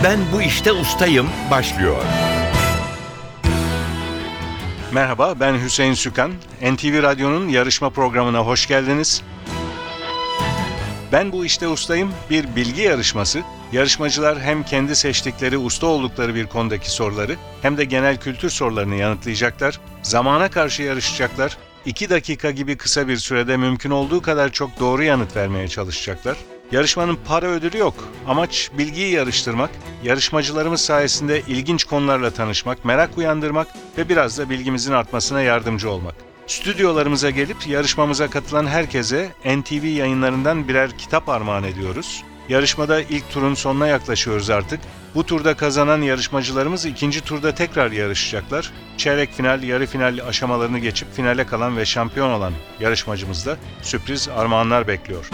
Ben bu işte ustayım başlıyor. Merhaba, ben Hüseyin Sükan. NTV Radyo'nun yarışma programına hoş geldiniz. Ben bu işte ustayım bir bilgi yarışması. Yarışmacılar hem kendi seçtikleri, usta oldukları bir konudaki soruları hem de genel kültür sorularını yanıtlayacaklar. Zamana karşı yarışacaklar. 2 dakika gibi kısa bir sürede mümkün olduğu kadar çok doğru yanıt vermeye çalışacaklar. Yarışmanın para ödülü yok. Amaç bilgiyi yarıştırmak, yarışmacılarımız sayesinde ilginç konularla tanışmak, merak uyandırmak ve biraz da bilgimizin artmasına yardımcı olmak. Stüdyolarımıza gelip yarışmamıza katılan herkese NTV yayınlarından birer kitap armağan ediyoruz. Yarışmada ilk turun sonuna yaklaşıyoruz artık. Bu turda kazanan yarışmacılarımız ikinci turda tekrar yarışacaklar. Çeyrek final, yarı final aşamalarını geçip finale kalan ve şampiyon olan yarışmacımızda sürpriz armağanlar bekliyor.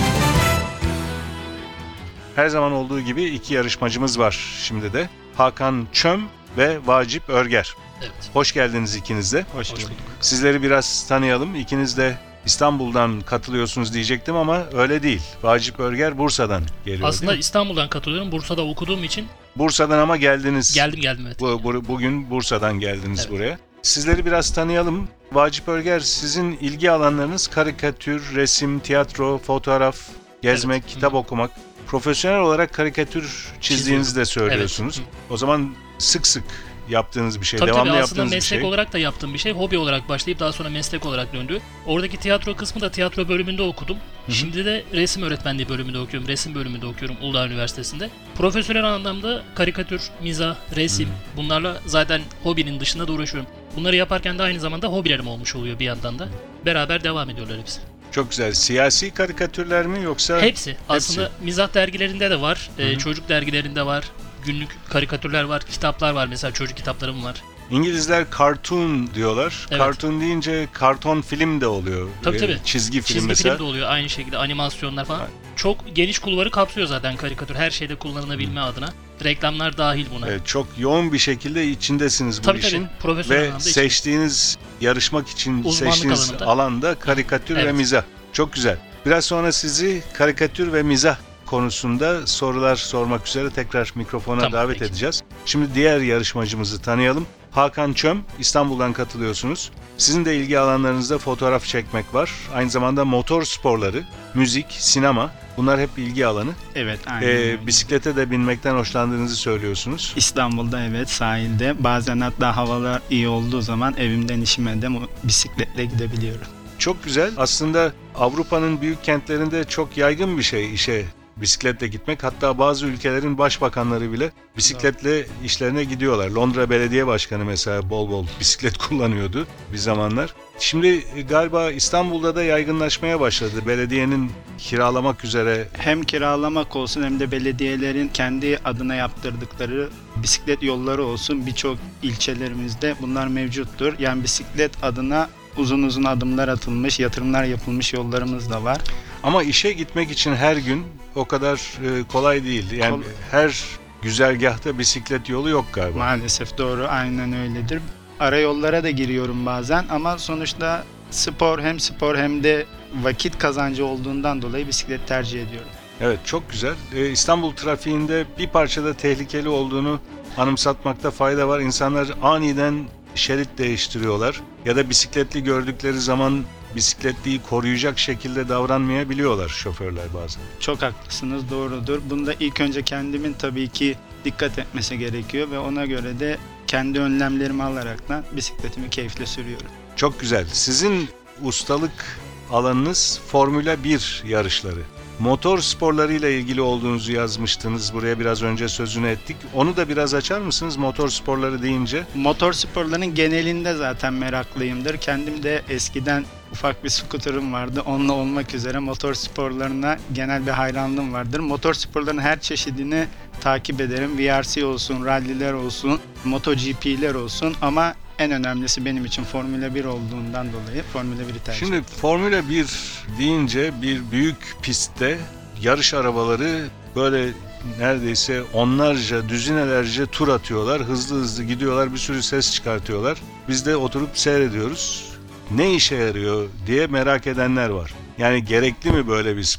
Her zaman olduğu gibi 2 yarışmacımız var şimdi de. Hakan Çöm ve Vacip Örger. Evet. Hoş geldiniz ikiniz de. Hoş bulduk. Sizleri biraz tanıyalım. İkiniz de İstanbul'dan katılıyorsunuz diyecektim ama öyle değil. Vacip Örger Bursa'dan geliyor. Aslında İstanbul'dan katılıyorum. Bursa'da okuduğum için. Bursa'dan ama geldiniz. Geldim evet. Bugün Bursa'dan geldiniz Evet. buraya. Sizleri biraz tanıyalım. Vacip Örger, sizin ilgi alanlarınız karikatür, resim, tiyatro, fotoğraf, gezmek, Evet. kitap okumak. Profesyonel olarak karikatür çizdiğinizi de söylüyorsunuz. Evet. O zaman sık sık yaptığınız bir şey, Tabii devamlı aslında yaptığınız bir meslek şey. olarak da yaptığım bir şey. Hobi olarak başlayıp daha sonra meslek olarak döndü. Oradaki tiyatro kısmı da tiyatro bölümünde okudum. Şimdi de resim öğretmenliği bölümünde okuyorum. Resim bölümünde okuyorum Uludağ Üniversitesi'nde. Profesyonel anlamda karikatür, mizah, resim bunlarla zaten hobinin dışında da uğraşıyorum. Bunları yaparken de aynı zamanda hobilerim olmuş oluyor bir yandan da. Beraber devam ediyorlar hepsi. Çok güzel. Siyasi karikatürler mi yoksa? Hepsi. Aslında mizah dergilerinde de var, çocuk dergilerinde var, günlük karikatürler var, kitaplar var. Mesela çocuk kitaplarım var. İngilizler cartoon diyorlar. Evet. Cartoon deyince karton film de oluyor. Tabii. Çizgi film Çizgi mesela. film de oluyor aynı şekilde, animasyonlar falan. Evet. Çok geniş kulvarı kapsıyor zaten karikatür. Her şeyde kullanılabilme adına. Reklamlar dahil buna. Evet, çok yoğun bir şekilde içindesiniz bu Tabii işin. profesyonel Ve anlamda seçtiğiniz, yarışmak için Uzmanlık seçtiğiniz alanında. alanda karikatür ve Evet. mizah. Çok güzel. Biraz sonra sizi karikatür ve mizah konusunda sorular sormak üzere tekrar mikrofona Tamam, davet peki. edeceğiz. Şimdi diğer yarışmacımızı tanıyalım. Hakan Çöm, İstanbul'dan katılıyorsunuz. Sizin de ilgi alanlarınızda fotoğraf çekmek var. Aynı zamanda motor sporları, müzik, sinema, bunlar hep ilgi alanı. Evet, aynen öyle. Bisiklete de binmekten hoşlandığınızı söylüyorsunuz. İstanbul'da evet, sahilde. Bazen hatta havalar iyi olduğu zaman evimden işime de bisikletle gidebiliyorum. Çok güzel. Aslında Avrupa'nın büyük kentlerinde çok yaygın bir şey işe bisikletle gitmek. Hatta bazı ülkelerin başbakanları bile bisikletle işlerine gidiyorlar. Londra Belediye Başkanı mesela bol bol bisiklet kullanıyordu bir zamanlar. Şimdi galiba İstanbul'da da yaygınlaşmaya başladı. Belediyenin kiralamak üzere. Hem kiralamak olsun hem de belediyelerin kendi adına yaptırdıkları bisiklet yolları olsun, birçok ilçelerimizde bunlar mevcuttur. Yani bisiklet adına uzun adımlar atılmış, yatırımlar yapılmış yollarımız da var. Ama işe gitmek için her gün o kadar kolay değil. Yani her güzergahta bisiklet yolu yok galiba. Maalesef doğru, aynen öyledir. Arayollara da giriyorum bazen ama sonuçta spor hem de vakit kazancı olduğundan dolayı bisiklet tercih ediyorum. Evet, çok güzel. İstanbul trafiğinde bir parçada tehlikeli olduğunu anımsatmakta fayda var. İnsanlar aniden şerit değiştiriyorlar ya da bisikletli gördükleri zaman bisikletliyi koruyacak şekilde davranmayabiliyorlar şoförler bazen. Çok haklısınız, doğrudur. Bunda ilk önce kendimin tabii ki dikkat etmesi gerekiyor ve ona göre de kendi önlemlerimi alaraktan bisikletimi keyifle sürüyorum. Çok güzel. Sizin ustalık alanınız Formula 1 yarışları. Motor sporlarıyla ilgili olduğunuzu yazmıştınız. Buraya biraz önce sözünü ettik. Onu da biraz açar mısınız motor sporları deyince? Motor sporlarının genelinde zaten meraklıyımdır. Kendim de eskiden ufak bir scooter'ım vardı. Onunla olmak üzere motor sporlarına genel bir hayranlığım vardır. Motor sporlarının her çeşidini takip ederim. VRC olsun, ralliler olsun, MotoGP'ler olsun ama en önemlisi benim için Formula 1 olduğundan dolayı Formula 1'i tercih ediyorum. Şimdi Formula 1 deyince bir büyük pistte yarış arabaları böyle neredeyse onlarca, düzinelerce tur atıyorlar. Hızlı gidiyorlar, bir sürü ses çıkartıyorlar. Biz de oturup seyrediyoruz. Ne işe yarıyor diye merak edenler var. Yani gerekli mi böyle bir spor?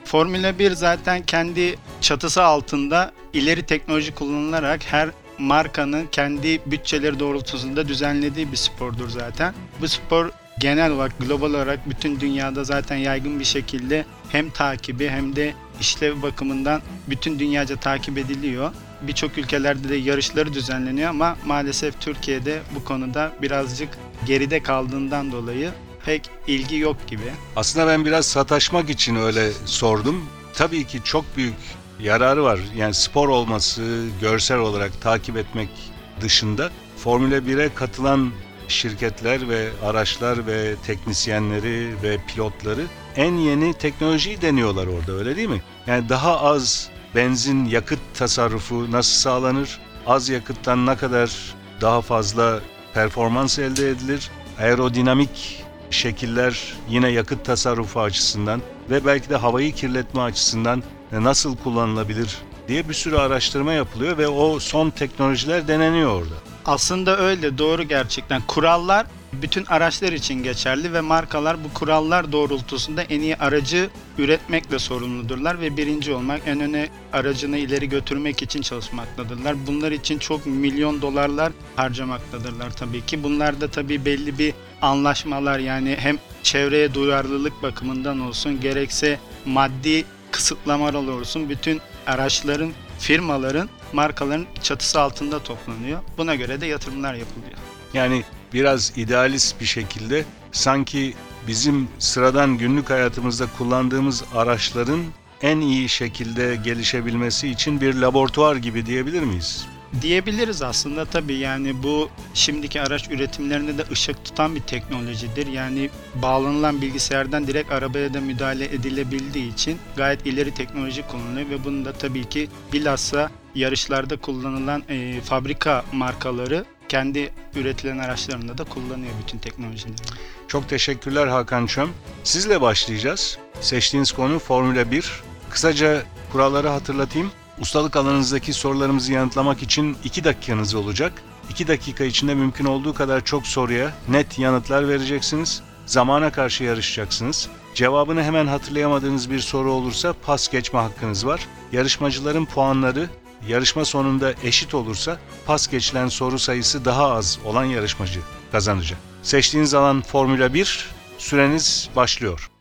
Formula 1 zaten kendi çatısı altında ileri teknoloji kullanılarak her markanın kendi bütçeleri doğrultusunda düzenlediği bir spordur zaten. Bu spor genel olarak, global olarak bütün dünyada zaten yaygın bir şekilde hem takibi hem de işlev bakımından bütün dünyaca takip ediliyor. Birçok ülkelerde de yarışları düzenleniyor ama maalesef Türkiye'de bu konuda birazcık geride kaldığından dolayı pek ilgi yok gibi. Aslında ben biraz sataşmak için öyle sordum. Tabii ki çok büyük yararı var. Yani spor olması, görsel olarak takip etmek dışında Formula 1'e katılan şirketler ve araçlar ve teknisyenleri ve pilotları en yeni teknolojiyi deniyorlar orada, öyle değil mi? Yani daha az benzin, yakıt tasarrufu nasıl sağlanır? Az yakıttan ne kadar daha fazla performans elde edilir? Aerodinamik şekiller yine yakıt tasarrufu açısından ve belki de havayı kirletme açısından nasıl kullanılabilir diye bir sürü araştırma yapılıyor ve o son teknolojiler deneniyor orada. Aslında öyle, doğru gerçekten. Kurallar bütün araçlar için geçerli ve markalar bu kurallar doğrultusunda en iyi aracı üretmekle sorumludurlar ve birinci olmak, en öne aracını ileri götürmek için çalışmaktadırlar. Bunlar için çok milyon dolarlar harcamaktadırlar tabii ki. Bunlar da tabii belli bir anlaşmalar, yani hem çevreye duyarlılık bakımından olsun, gerekse maddi kısıtlamalar olsun, bütün araçların, firmaların, markaların çatısı altında toplanıyor. Buna göre de yatırımlar yapılıyor. Yani biraz idealist bir şekilde sanki bizim sıradan günlük hayatımızda kullandığımız araçların en iyi şekilde gelişebilmesi için bir laboratuvar gibi diyebilir miyiz? Diyebiliriz aslında tabii, yani bu şimdiki araç üretimlerinde de ışık tutan bir teknolojidir. Yani bağlanılan bilgisayardan direkt arabaya da müdahale edilebildiği için gayet ileri teknoloji kullanılıyor ve bunu da tabii ki bilhassa yarışlarda kullanılan fabrika markaları kendi üretilen araçlarında da kullanıyor bütün teknolojileri. Çok teşekkürler Hakan Çöm. Sizle başlayacağız. Seçtiğiniz konu Formula 1. Kısaca kuralları hatırlatayım. Ustalık alanınızdaki sorularımızı yanıtlamak için 2 dakikanız olacak. 2 dakika içinde mümkün olduğu kadar çok soruya net yanıtlar vereceksiniz. Zamana karşı yarışacaksınız. Cevabını hemen hatırlayamadığınız bir soru olursa pas geçme hakkınız var. Yarışmacıların puanları yarışma sonunda eşit olursa pas geçilen soru sayısı daha az olan yarışmacı kazanacak. Seçtiğiniz alan Formula 1. Süreniz başlıyor.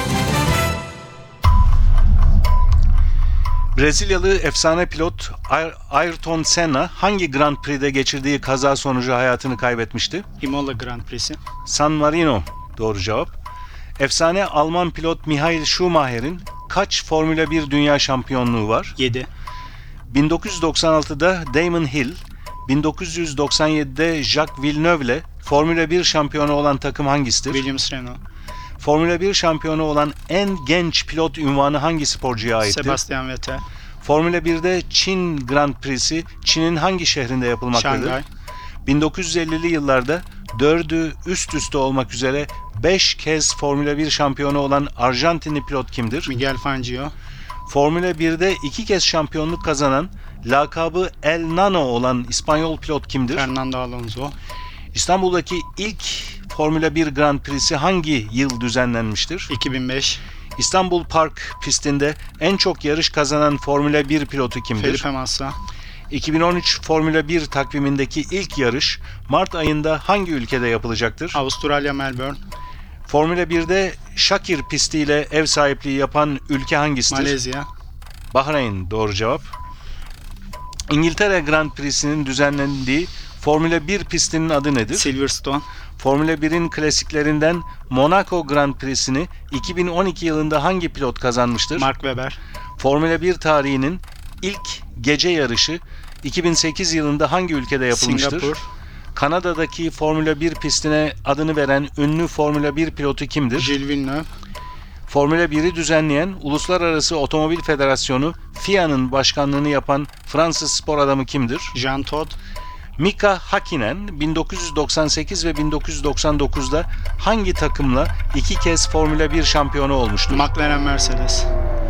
Brezilyalı efsane pilot Ayrton Senna hangi Grand Prix'de geçirdiği kaza sonucu hayatını kaybetmişti? Imola Grand Prix'si. San Marino doğru cevap. Efsane Alman pilot Michael Schumacher'in kaç Formula 1 dünya şampiyonluğu var? 7. 1996'da Damon Hill, 1997'de Jacques Villeneuve'le Formula 1 şampiyonu olan takım hangisidir? Williams Renault. Formula 1 şampiyonu olan en genç pilot unvanı hangi sporcuya aittir? Sebastian Vettel. Formula 1'de Çin Grand Prix'si Çin'in hangi şehrinde yapılmaktadır? Şangay. 1950'li yıllarda 4'ü üst üste olmak üzere 5 kez Formula 1 şampiyonu olan Arjantinli pilot kimdir? Miguel Fangio. Formula 1'de 2 kez şampiyonluk kazanan, lakabı El Nano olan İspanyol pilot kimdir? Fernando Alonso. İstanbul'daki ilk Formula 1 Grand Prix'si hangi yıl düzenlenmiştir? 2005. İstanbul Park pistinde en çok yarış kazanan Formula 1 pilotu kimdir? Felipe Massa. 2013 Formula 1 takvimindeki ilk yarış Mart ayında hangi ülkede yapılacaktır? Avustralya Melbourne. Formula 1'de Şakir pistiyle ev sahipliği yapan ülke hangisidir? Malezya. Bahreyn doğru cevap. İngiltere Grand Prix'sinin düzenlendiği Formula 1 pistinin adı nedir? Silverstone. Formula 1'in klasiklerinden Monaco Grand Prix'sini 2012 yılında hangi pilot kazanmıştır? Mark Webber. Formula 1 tarihinin ilk gece yarışı 2008 yılında hangi ülkede yapılmıştır? Singapur. Kanada'daki Formula 1 pistine adını veren ünlü Formula 1 pilotu kimdir? Gilles Villeneuve. Formula 1'i düzenleyen Uluslararası Otomobil Federasyonu FIA'nın başkanlığını yapan Fransız spor adamı kimdir? Jean Todt. Mika Hakkinen 1998 ve 1999'da hangi takımla 2 kez Formula 1 şampiyonu olmuştur? McLaren Mercedes.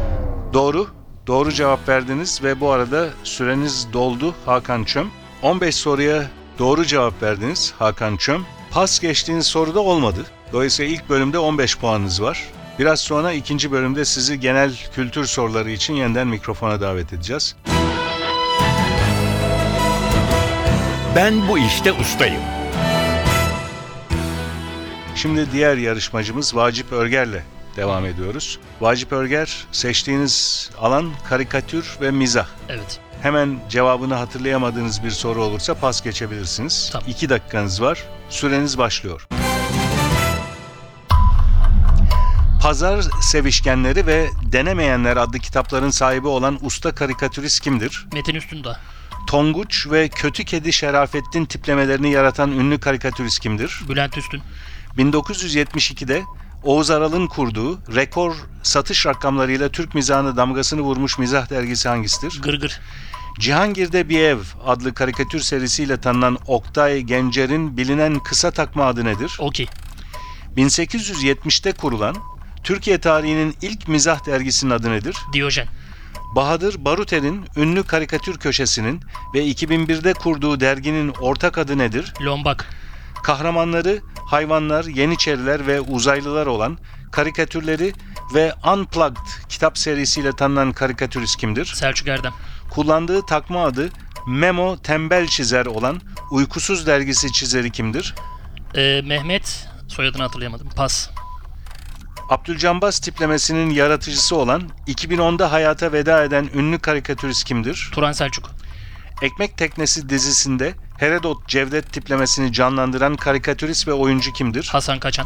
Doğru cevap verdiniz ve bu arada süreniz doldu Hakan Çöm. 15 soruya doğru cevap verdiniz Hakan Çöm. Pas geçtiğiniz soruda olmadı. Dolayısıyla ilk bölümde 15 puanınız var. Biraz sonra ikinci bölümde sizi genel kültür soruları için yeniden mikrofona davet edeceğiz. Ben bu işte ustayım. Şimdi diğer yarışmacımız Vacip Örger'le devam ediyoruz. Vacip Örger, seçtiğiniz alan karikatür ve mizah. Evet. Hemen cevabını hatırlayamadığınız bir soru olursa pas geçebilirsiniz. Tamam. 2 dakikanız var. Süreniz başlıyor. Pazar Sevişkenleri ve Denemeyenler adlı kitapların sahibi olan usta karikatürist kimdir? Metin Üstündağ. Tonguç ve Kötü Kedi Şerafettin tiplemelerini yaratan ünlü karikatürist kimdir? Bülent Üstün. 1972'de Oğuz Aral'ın kurduğu rekor satış rakamlarıyla Türk mizahına damgasını vurmuş mizah dergisi hangisidir? Gırgır. Cihangir'de Bir Ev adlı karikatür serisiyle tanınan Oktay Gencer'in bilinen kısa takma adı nedir? Okey. 1870'te kurulan Türkiye tarihinin ilk mizah dergisinin adı nedir? Diyojen. Bahadır Baruter'in ünlü karikatür köşesinin ve 2001'de kurduğu derginin ortak adı nedir? Lombak. Kahramanları hayvanlar, yeniçeriler ve uzaylılar olan karikatürleri ve Unplugged kitap serisiyle tanınan karikatürist kimdir? Selçuk Erdem. Kullandığı takma adı Memo Tembel Çizer olan Uykusuz dergisi çizeri kimdir? Mehmet. Soyadını hatırlayamadım. Pas. Abdülcambaz tiplemesinin yaratıcısı olan 2010'da hayata veda eden ünlü karikatürist kimdir? Turan Selçuk. Ekmek Teknesi dizisinde Herodot Cevdet tiplemesini canlandıran karikatürist ve oyuncu kimdir? Hasan Kaçan.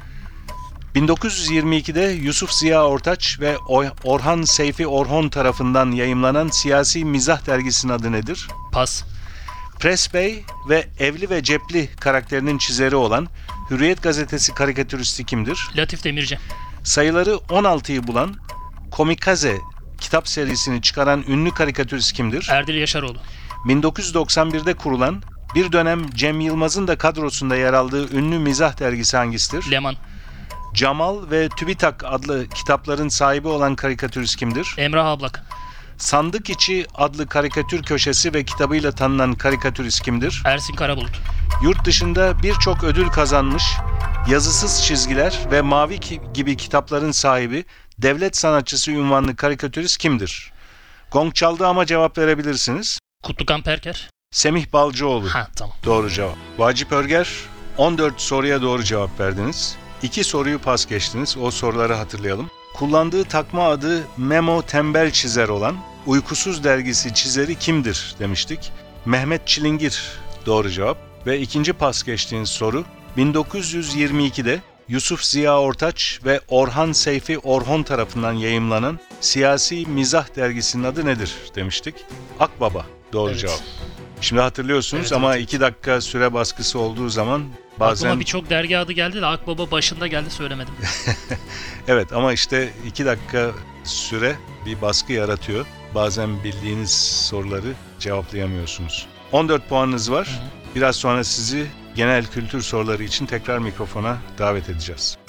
1922'de Yusuf Ziya Ortaç ve Orhan Seyfi Orhon tarafından yayımlanan siyasi mizah dergisinin adı nedir? Pas. Pres Bey ve Evli ve Cepli karakterinin çizeri olan Hürriyet Gazetesi karikatüristi kimdir? Latif Demirci. Sayıları 16'yı bulan Komikaze kitap serisini çıkaran ünlü karikatürist kimdir? Erdil Yaşaroğlu. 1991'de kurulan, bir dönem Cem Yılmaz'ın da kadrosunda yer aldığı ünlü mizah dergisi hangisidir? Leman. Camal ve TÜBİTAK adlı kitapların sahibi olan karikatürist kimdir? Emrah Ablak. Sandık İçi adlı karikatür köşesi ve kitabıyla tanınan karikatürist kimdir? Ersin Karabulut. Yurt dışında birçok ödül kazanmış, Yazısız Çizgiler ve Mavi gibi kitapların sahibi, devlet sanatçısı unvanlı karikatürist kimdir? Gong çaldı ama cevap verebilirsiniz. Kutlukan Perker. Semih Balcıoğlu. Ha tamam. Doğru cevap. Vacip Örger, 14 soruya doğru cevap verdiniz. 2 soruyu pas geçtiniz. O soruları hatırlayalım. Kullandığı takma adı Memo Tembel Çizer olan Uykusuz dergisi çizeri kimdir demiştik. Mehmet Çilingir doğru cevap. Ve ikinci pas geçtiğiniz soru 1922'de Yusuf Ziya Ortaç ve Orhan Seyfi Orhon tarafından yayımlanan siyasi mizah dergisinin adı nedir demiştik. Akbaba doğru Evet. cevap. Şimdi hatırlıyorsunuz Evet, ama evet. 2 dakika süre baskısı olduğu zaman bazen... Aklıma birçok dergi adı geldi de Akbaba başında geldi söylemedim. Evet ama işte 2 dakika süre bir baskı yaratıyor. Bazen bildiğiniz soruları cevaplayamıyorsunuz. 14 puanınız var. Biraz sonra sizi genel kültür soruları için tekrar mikrofona davet edeceğiz.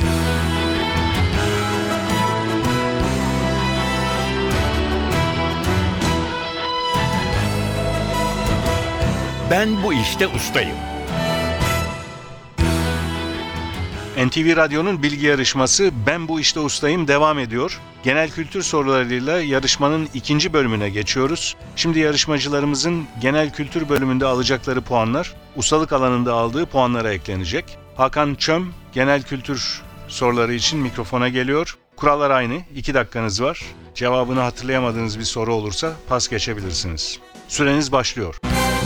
Ben bu işte ustayım. NTV Radyo'nun bilgi yarışması Ben Bu İşte Ustayım devam ediyor. Genel kültür sorularıyla yarışmanın ikinci bölümüne geçiyoruz. Şimdi yarışmacılarımızın genel kültür bölümünde alacakları puanlar, ustalık alanında aldığı puanlara eklenecek. Hakan Çöm, genel kültür soruları için mikrofona geliyor. Kurallar aynı, 2 dakikanız var. Cevabını hatırlayamadığınız bir soru olursa pas geçebilirsiniz. Süreniz başlıyor.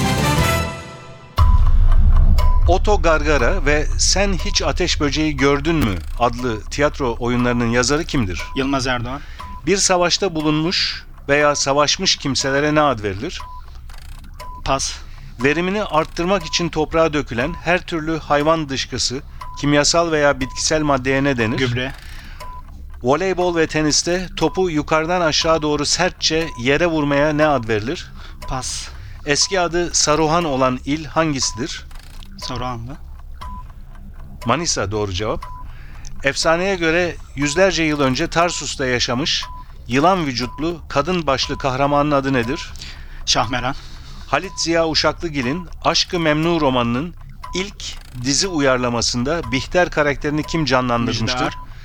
Oto Gargara ve Sen Hiç Ateş Böceği Gördün Mü adlı tiyatro oyunlarının yazarı kimdir? Yılmaz Erdoğan. Bir savaşta bulunmuş veya savaşmış kimselere ne ad verilir? Pas. Verimini arttırmak için toprağa dökülen her türlü hayvan dışkısı, kimyasal veya bitkisel maddeye ne denir? Gübre. Voleybol ve teniste topu yukarıdan aşağı doğru sertçe yere vurmaya ne ad verilir? Pas. Eski adı Saruhan olan il hangisidir? Soruanlı. Manisa doğru cevap. Efsaneye göre yüzlerce yıl önce Tarsus'ta yaşamış yılan vücutlu kadın başlı kahramanın adı nedir? Şahmeran. Halit Ziya Uşaklıgil'in Aşk-ı Memnu romanının ilk dizi uyarlamasında Bihter karakterini kim canlandırmıştır? Müjdar.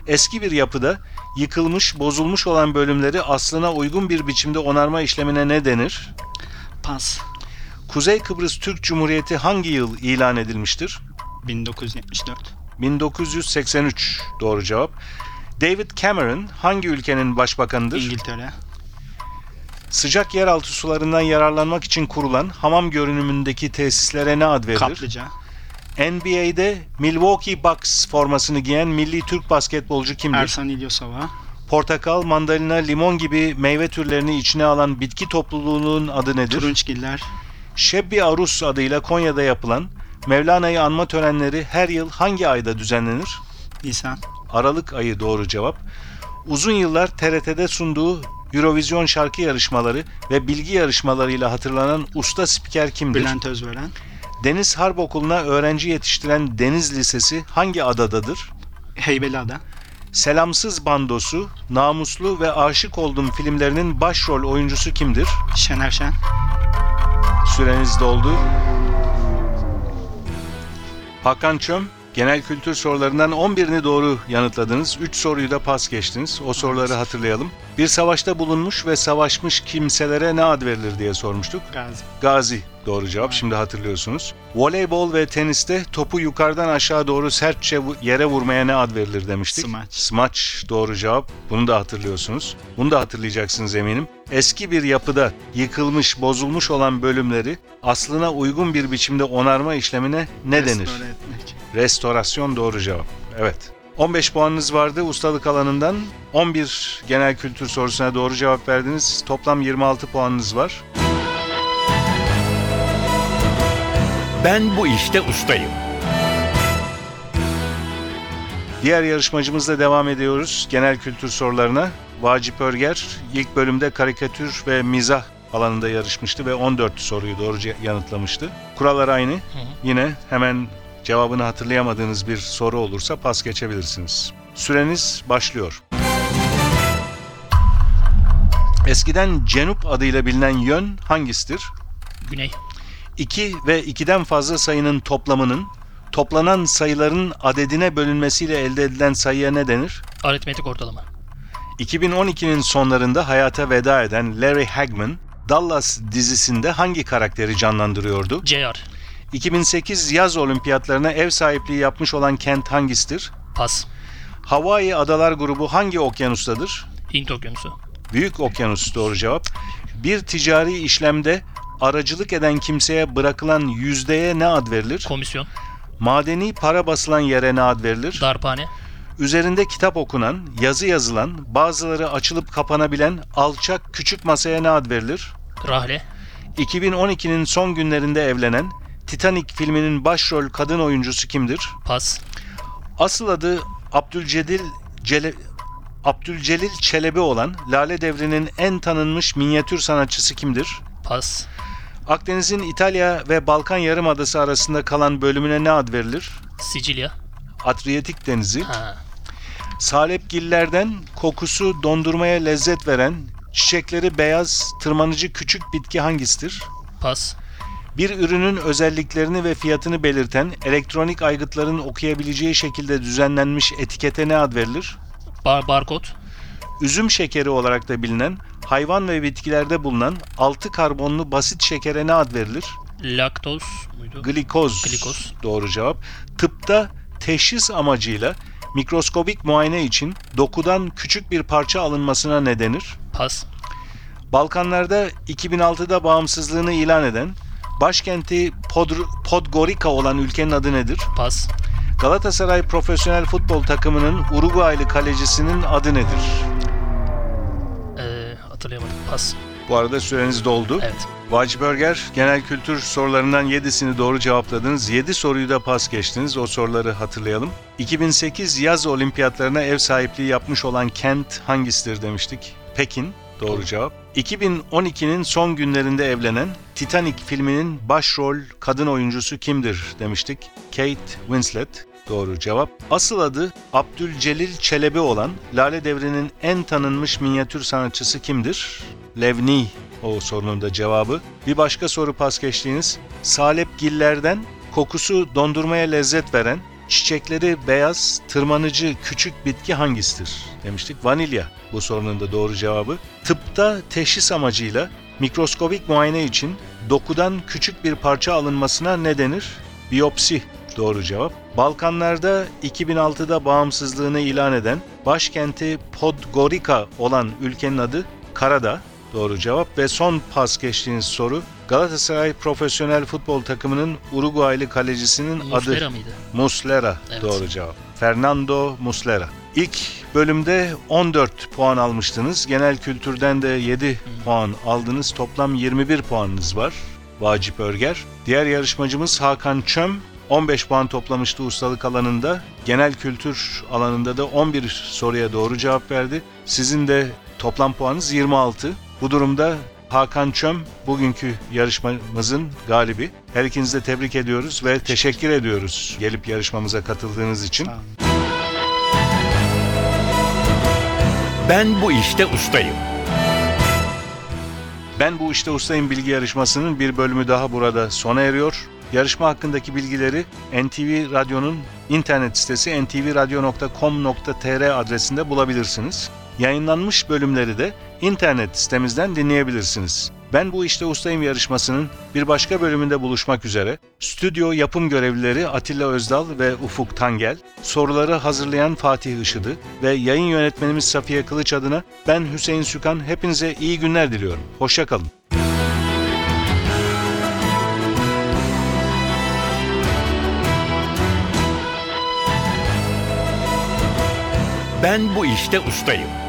Eski bir yapıda yıkılmış, bozulmuş olan bölümleri aslına uygun bir biçimde onarma işlemine ne denir? Pas. Kuzey Kıbrıs Türk Cumhuriyeti hangi yıl ilan edilmiştir? 1974. 1983 doğru cevap. David Cameron hangi ülkenin başbakanıdır? İngiltere. Sıcak yeraltı sularından yararlanmak için kurulan hamam görünümündeki tesislere ne ad verilir? Kaplıca. NBA'de Milwaukee Bucks formasını giyen milli Türk basketbolcu kimdir? Ersan İlyasova. Portakal, mandalina, limon gibi meyve türlerini içine alan bitki topluluğunun adı nedir? Turunçgiller. Şebbi Arus adıyla Konya'da yapılan Mevlana'yı anma törenleri her yıl hangi ayda düzenlenir? Nisan. Aralık ayı doğru cevap. Uzun yıllar TRT'de sunduğu Eurovision şarkı yarışmaları ve bilgi yarışmalarıyla hatırlanan usta spiker kimdir? Bülent Özveren. Deniz Harp Okulu'na öğrenci yetiştiren Deniz Lisesi hangi adadadır? Heybeliada. Selamsız Bandosu, Namuslu ve Aşık Oldum filmlerinin başrol oyuncusu kimdir? Şener Şen. Süreniz doldu. Hakan Çöm, genel kültür sorularından 11'ini doğru yanıtladınız. 3 soruyu da pas geçtiniz. O soruları hatırlayalım. Bir savaşta bulunmuş ve savaşmış kimselere ne ad verilir diye sormuştuk. Gazi. Gazi doğru cevap. Şimdi hatırlıyorsunuz. Voleybol ve teniste topu yukarıdan aşağı doğru sertçe yere vurmaya ne ad verilir demiştik. Smaç. Smaç doğru cevap. Bunu da hatırlıyorsunuz. Bunu da hatırlayacaksınız eminim. Eski bir yapıda yıkılmış, bozulmuş olan bölümleri aslına uygun bir biçimde onarma işlemine ne denir? Restore etmek. Restorasyon doğru cevap. Evet. 15 puanınız vardı ustalık alanından. 11 genel kültür sorusuna doğru cevap verdiniz. Toplam 26 puanınız var. Ben bu işte ustayım. Diğer yarışmacımızla devam ediyoruz genel kültür sorularına. Vacip Örger ilk bölümde karikatür ve mizah alanında yarışmıştı ve 14 soruyu doğru yanıtlamıştı. Kurallar aynı. Yine hemen cevabını hatırlayamadığınız bir soru olursa pas geçebilirsiniz. Süreniz başlıyor. Eskiden Cenup adıyla bilinen yön hangisidir? Güney. 2 ve 2'den fazla sayının toplamının toplanan sayıların adedine bölünmesiyle elde edilen sayıya ne denir? Aritmetik ortalama. 2012'nin sonlarında hayata veda eden Larry Hagman, Dallas dizisinde hangi karakteri canlandırıyordu? JR. 2008 yaz olimpiyatlarına ev sahipliği yapmış olan kent hangisidir? Pas. Hawaii Adalar Grubu hangi okyanustadır? Hint Okyanusu. Büyük Okyanus doğru cevap. Bir ticari işlemde aracılık eden kimseye bırakılan yüzdeye ne ad verilir? Komisyon. Madeni para basılan yere ne ad verilir? Darphane. Üzerinde kitap okunan, yazı yazılan, bazıları açılıp kapanabilen alçak küçük masaya ne ad verilir? Rahle. 2012'nin son günlerinde evlenen Titanic filminin başrol kadın oyuncusu kimdir? Pas. Asıl adı Abdülcelil Çelebi olan Lale Devri'nin en tanınmış minyatür sanatçısı kimdir? Pas. Akdeniz'in İtalya ve Balkan Yarımadası arasında kalan bölümüne ne ad verilir? Sicilya. Adriyatik Denizi. Ha. Salepgillerden kokusu dondurmaya lezzet veren, çiçekleri beyaz, tırmanıcı küçük bitki hangisidir? Pas. Bir ürünün özelliklerini ve fiyatını belirten elektronik aygıtların okuyabileceği şekilde düzenlenmiş etikete ne ad verilir? Barkod. Üzüm şekeri olarak da bilinen, hayvan ve bitkilerde bulunan 6 karbonlu basit şekere ne ad verilir? Laktoz muydu? Glikoz. Glikoz. Doğru cevap. Tıpta teşhis amacıyla mikroskobik muayene için dokudan küçük bir parça alınmasına ne denir? Pas. Balkanlarda 2006'da bağımsızlığını ilan eden, başkenti Podgorica olan ülkenin adı nedir? Pas. Galatasaray profesyonel futbol takımının Uruguaylı kalecisinin adı nedir? Hatırlayamadım. Pas. Bu arada süreniz doldu. Evet. Vacip Örger, genel kültür sorularından 7'sini doğru cevapladınız. 7 soruyu da pas geçtiniz. O soruları hatırlayalım. 2008 yaz olimpiyatlarına ev sahipliği yapmış olan kent hangisidir demiştik? Pekin. Doğru cevap. 2012'nin son günlerinde evlenen Titanic filminin başrol kadın oyuncusu kimdir demiştik? Kate Winslet. Doğru cevap. Asıl adı Abdülcelil Çelebi olan Lale Devri'nin en tanınmış minyatür sanatçısı kimdir? Levni o sorunun da cevabı. Bir başka soru pas geçtiğiniz. Salepgillerden kokusu dondurmaya lezzet veren, Çiçekleri beyaz, tırmanıcı küçük bitki hangisidir demiştik. Vanilya bu sorunun da doğru cevabı. Tıpta teşhis amacıyla mikroskobik muayene için dokudan küçük bir parça alınmasına ne denir? Biyopsi doğru cevap. Balkanlarda 2006'da bağımsızlığını ilan eden, başkenti Podgorica olan ülkenin adı Karadağ. Doğru cevap. Ve son pas geçtiğiniz soru, Galatasaray profesyonel futbol takımının Uruguaylı kalecisinin Muslera adı mıydı? Muslera. Evet. Doğru cevap. Fernando Muslera. İlk bölümde 14 puan almıştınız. Genel kültürden de 7 puan aldınız. Toplam 21 puanınız var. Vacip Örger. Diğer yarışmacımız Hakan Çöm. 15 puan toplamıştı ustalık alanında. Genel kültür alanında da 11 soruya doğru cevap verdi. Sizin de toplam puanınız 26. Bu durumda Hakan Çöm bugünkü yarışmamızın galibi. Her ikinizi de tebrik ediyoruz ve teşekkür ediyoruz gelip yarışmamıza katıldığınız için. Sağ olun. Ben bu işte ustayım. Ben bu işte ustayım bilgi yarışmasının bir bölümü daha burada sona eriyor. Yarışma hakkındaki bilgileri NTV Radyo'nun internet sitesi ntvradio.com.tr adresinde bulabilirsiniz. Yayınlanmış bölümleri de internet sitemizden dinleyebilirsiniz. Ben bu işte ustayım yarışmasının bir başka bölümünde buluşmak üzere. Stüdyo yapım görevlileri Atilla Özdal ve Ufuk Tangel, soruları hazırlayan Fatih Işıdı ve yayın yönetmenimiz Safiye Kılıç adına ben Hüseyin Sükan, hepinize iyi günler diliyorum. Hoşça kalın. Ben bu işte ustayım.